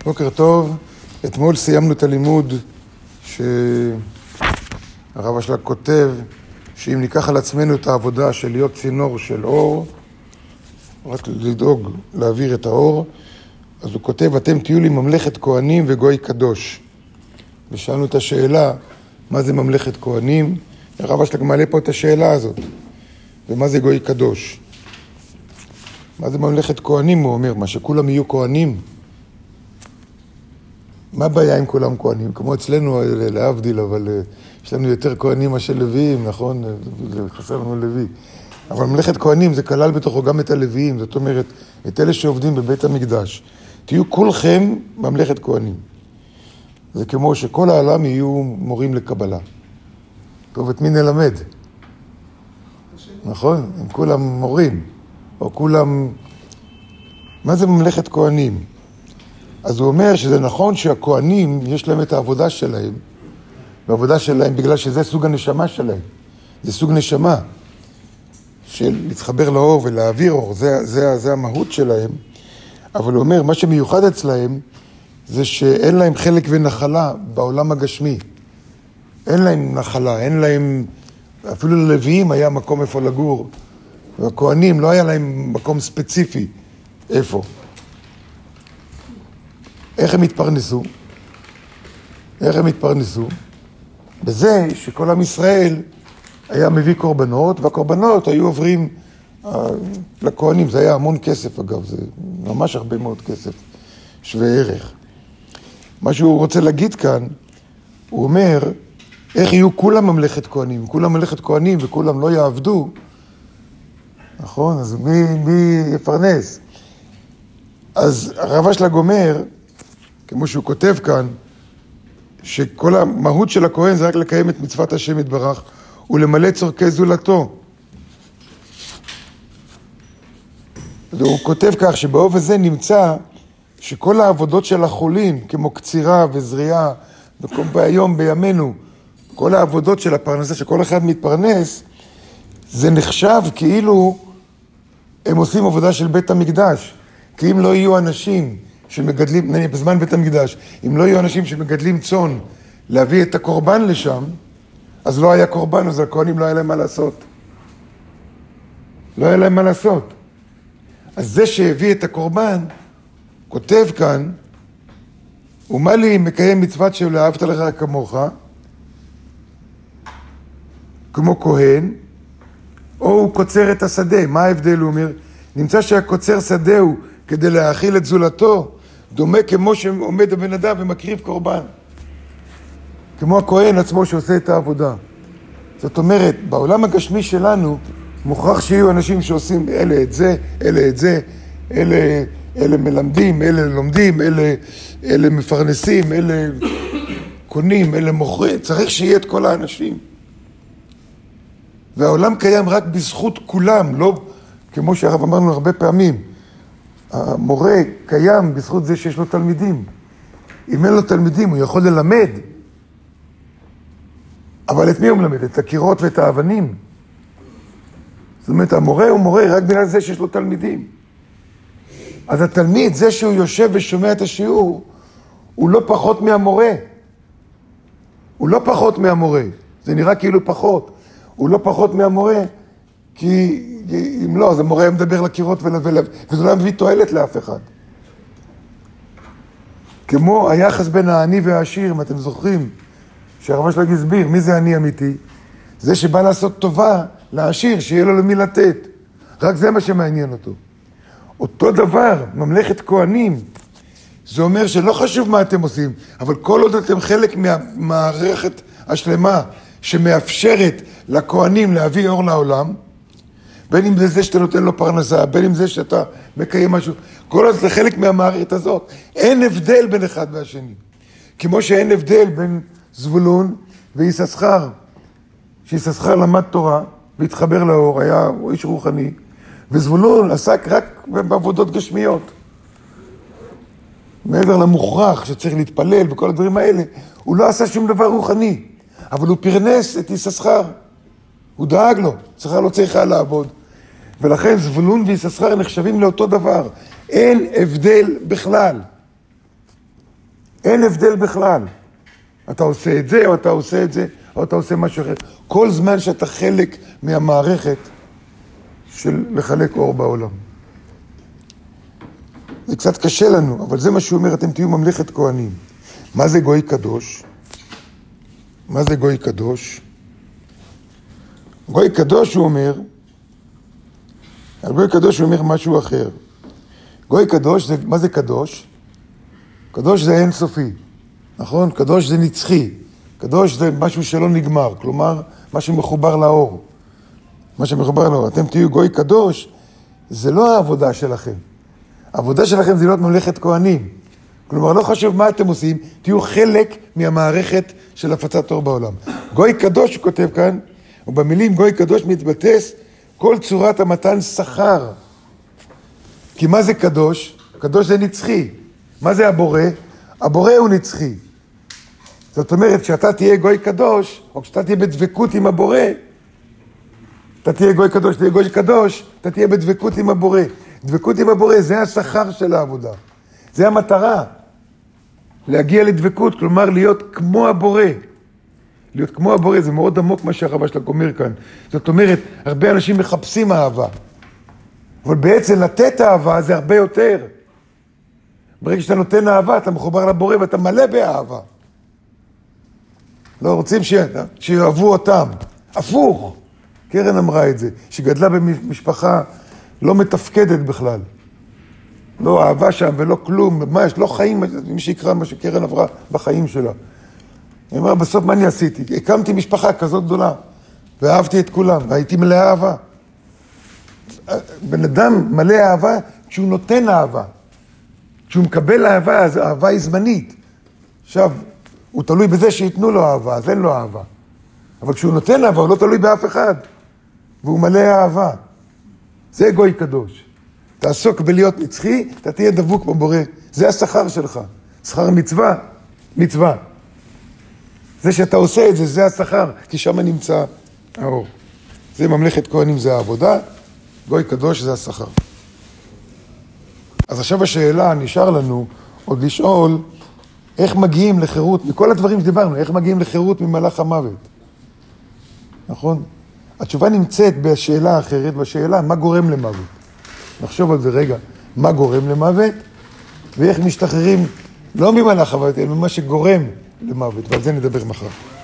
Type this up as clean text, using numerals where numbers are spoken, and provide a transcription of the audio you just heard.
בוקר טוב. אתמול סיימנו את הלימוד שהרב אשלג כותב שאם ניקח על עצמנו את העבודה של להיות צינור של אור, רק לדאוג להעביר את האור, אז הוא כותב, אתם תהיו לי ממלכת כהנים וגוי קדוש. ושאלנו את השאלה, מה זה ממלכת כהנים? הרב אשלג מעלה פה את השאלה הזאת. ומה זה גוי קדוש? מה זה ממלכת כהנים? הוא אומר, מה שכולם יהיו כהנים? מה הבעיה עם כולם כהנים? כמו אצלנו להבדיל, אבל יש לנו יותר כהנים מאשר לוויים, נכון? חסר לנו לוי. אבל ממלכת כהנים זה כלל בתוכו גם את הלוויים, זאת אומרת, את אלה שעובדים בבית המקדש. תהיו כולכם ממלכת כהנים. זה כמו שכל העולם יהיו מורים לקבלה. טוב, את מי נלמד? נכון? הם כולם מורים, או כולם... מה זה ממלכת כהנים? אז הוא אומר שזה נכון שהכהנים יש להם את העבודה שלהם, והעבודה שלהם בגלל שזה סוג הנשמה שלהם. זה סוג נשמה של להתחבר לאור ולהעביר אור, זה המהות שלהם. אבל הוא אומר, מה שמיוחד אצלהם זה שאין להם חלק ונחלה בעולם הגשמי. אין להם נחלה, אין להם, אפילו ללוויים היה מקום איפה לגור, והכהנים לא היה להם מקום ספציפי איפה. איך הם התפרנסו? איך הם התפרנסו? בזה שכל עם ישראל היה מביא קורבנות, והקורבנות היו עוברים לכהנים. זה היה המון כסף אגב, זה ממש הרבה מאוד כסף, שווה ערך. מה שהוא רוצה להגיד כאן, הוא אומר, איך יהיו כולם ממלכת כהנים? כולם ממלכת כהנים וכולם לא יעבדו, נכון? אז מי יפרנס? אז הרב אשלג אומר, כמו שהוא כותב כאן, שכל המהות של הכהן זה רק לקיים את מצוות השם יתברך ולמלא צורכי זולתו. והוא כותב כך שבאופן זה נמצא שכל העבודות של החולין, כמו קצירה וזריעה, היום בימינו, כל העבודות של הפרנסה, שכל אחד מתפרנס, זה נחשב כאילו הם עושים עבודה של בית המקדש. כי אם לא יהיו אנשים שמגדלים, בזמן בית המקדש, אם לא יהיו אנשים שמגדלים צאן להביא את הקורבן לשם, אז לא היה קורבן, אז הכהנים לא היה להם מה לעשות. לא היה להם מה לעשות. אז זה שהביא את הקורבן, כותב כאן, ומה לי מקיים מצוות של אהבת לך כמוך, כמו כהן, או הוא קוצר את השדה. מה ההבדל? הוא אומר, נמצא שהקוצר שדה הוא כדי להאכיל את זולתו, דומה כמו שעומד הבן אדם ומקריב קורבן. כמו הכהן עצמו שעושה את העבודה. זאת אומרת, בעולם הגשמי שלנו, מוכרח שיהיו אנשים שעושים אלה את זה, אלה את זה, אלה מלמדים, אלה לומדים, אלה מפרנסים, אלה קונים, אלה מוכרים. צריך שיהיה את כל האנשים. והעולם קיים רק בזכות כולם, לא כמו שהרב אמרנו הרבה פעמים. המורה קיים בזכות זה שיש לו תלמידים. אם אין לו תלמידים, הוא יכול ללמד. אבל את מי הוא מלמד? את הקירות ואת האבנים. זאת אומרת, המורה הוא מורה רק בגלל זה שיש לו תלמידים. אז התלמיד, זה שהוא יושב ושומע את השיעור, הוא לא פחות מהמורה. הוא לא פחות מהמורה. זה נראה כאילו פחות. הוא לא פחות מהמורה, כי אם לא, אז המורה מדבר לקירות וזה לא מביא תועלת לאף אחד. כמו היחס בין העני והעשיר, אם אתם זוכרים, שהרב אשלג הסביר, מי זה עני אמיתי? זה שבא לעשות טובה לעשיר, שיהיה לו למי לתת. רק זה מה שמעניין אותו. אותו דבר, ממלכת כהנים, זה אומר שלא חשוב מה אתם עושים, אבל כל עוד אתם חלק מהמערכת השלמה שמאפשרת לכהנים להביא אור לעולם, בין אם זה שאתה נותן לו פרנסה, בין אם זה שאתה מקיים משהו, כל עוד זה חלק מהמערכת הזאת. אין הבדל בין אחד והשני. כמו שאין הבדל בין זבולון ויששכר. שיששכר למד תורה והתחבר לאור, היה איש רוחני, וזבולון עסק רק בעבודות גשמיות. מעבר למוכרח שצריך להתפלל וכל הדברים האלה, הוא לא עשה שום דבר רוחני, אבל הוא פרנס את יששכר. הוא דאג לו, יששכר לא צריכה לעבוד. ולכן זבולון ויששכר נחשבים לאותו דבר. אין הבדל בכלל. אין הבדל בכלל. אתה עושה את זה, או אתה עושה את זה, או אתה עושה משהו אחר. כל זמן שאתה חלק מהמערכת של לחלק אור בעולם. זה קצת קשה לנו, אבל זה מה שהוא אומר, אתם תהיו ממלכת כהנים. מה זה גוי קדוש? מה זה גוי קדוש? גוי קדוש הוא אומר, על גוי קדוש הוא אומר משהו אחר. גוי קדוש, זה, מה זה קדוש? קדוש זה אינסופי, נכון? קדוש זה נצחי. קדוש זה משהו שלא נגמר, כלומר, מה שמחובר לאור. מה שמחובר לאור. אתם תהיו גוי קדוש, זה לא העבודה שלכם. העבודה שלכם זה להיות ממלכת כהנים. כלומר, לא חשוב מה אתם עושים, תהיו חלק מהמערכת של הפצת אור בעולם. גוי קדוש, הוא כותב כאן, ובמילים גוי קדוש מתבטס כל צורת המתן שכר. כי מה זה קדוש? קדוש זה נצחי. מה זה הבורא? הבורא הוא נצחי. זאת אומרת, כשאתה תהיה גוי קדוש, או כשאתה תהיה בדבקות עם הבורא, אתה תהיה גוי קדוש, תהיה גוי קדוש, אתה תהיה בדבקות עם הבורא. דבקות עם הבורא, זה השכר של העבודה. זה המטרה. להגיע לדבקות, כלומר להיות כמו הבורא. להיות כמו הבורא, זה מאוד עמוק מה שהרב שלך אומר כאן. זאת אומרת, הרבה אנשים מחפשים אהבה. אבל בעצם לתת אהבה זה הרבה יותר. ברגע שאתה נותן אהבה, אתה מחובר לבורא ואתה מלא באהבה. לא רוצים שיאהבו אותם. הפוך. קרן אמרה את זה, שגדלה במשפחה לא מתפקדת בכלל. לא אהבה שם ולא כלום, מה יש, לא חיים, מי שיקרא מה שקרן עברה בחיים שלה. היא אמרה, בסוף מה אני עשיתי? הקמתי משפחה כזאת גדולה, ואהבתי את כולם, והייתי מלא אהבה. בן אדם מלא אהבה כשהוא נותן אהבה. כשהוא מקבל אהבה, אז האהבה היא זמנית. עכשיו, הוא תלוי בזה שיתנו לו אהבה, אז אין לו אהבה. אבל כשהוא נותן אהבה, הוא לא תלוי באף אחד. והוא מלא אהבה. זה גוי קדוש. תעסוק בלהיות נצחי, אתה תהיה דבוק בבורא. זה השכר שלך. שכר מצווה, מצווה. זה שאתה עושה את זה, זה השכר, כי שם נמצא האור. זה ממלכת כהנים, זה העבודה, גוי קדוש זה השכר. אז עכשיו השאלה, נשאר לנו עוד לשאול, איך מגיעים לחירות, מכל הדברים שדיברנו, איך מגיעים לחירות ממלאך המוות? נכון? התשובה נמצאת בשאלה אחרת, בשאלה מה גורם למוות. נחשוב על זה רגע, מה גורם למוות, ואיך משתחררים לא ממלאך המוות, אלא ממה שגורם למוות, ועל זה נדבר מחר.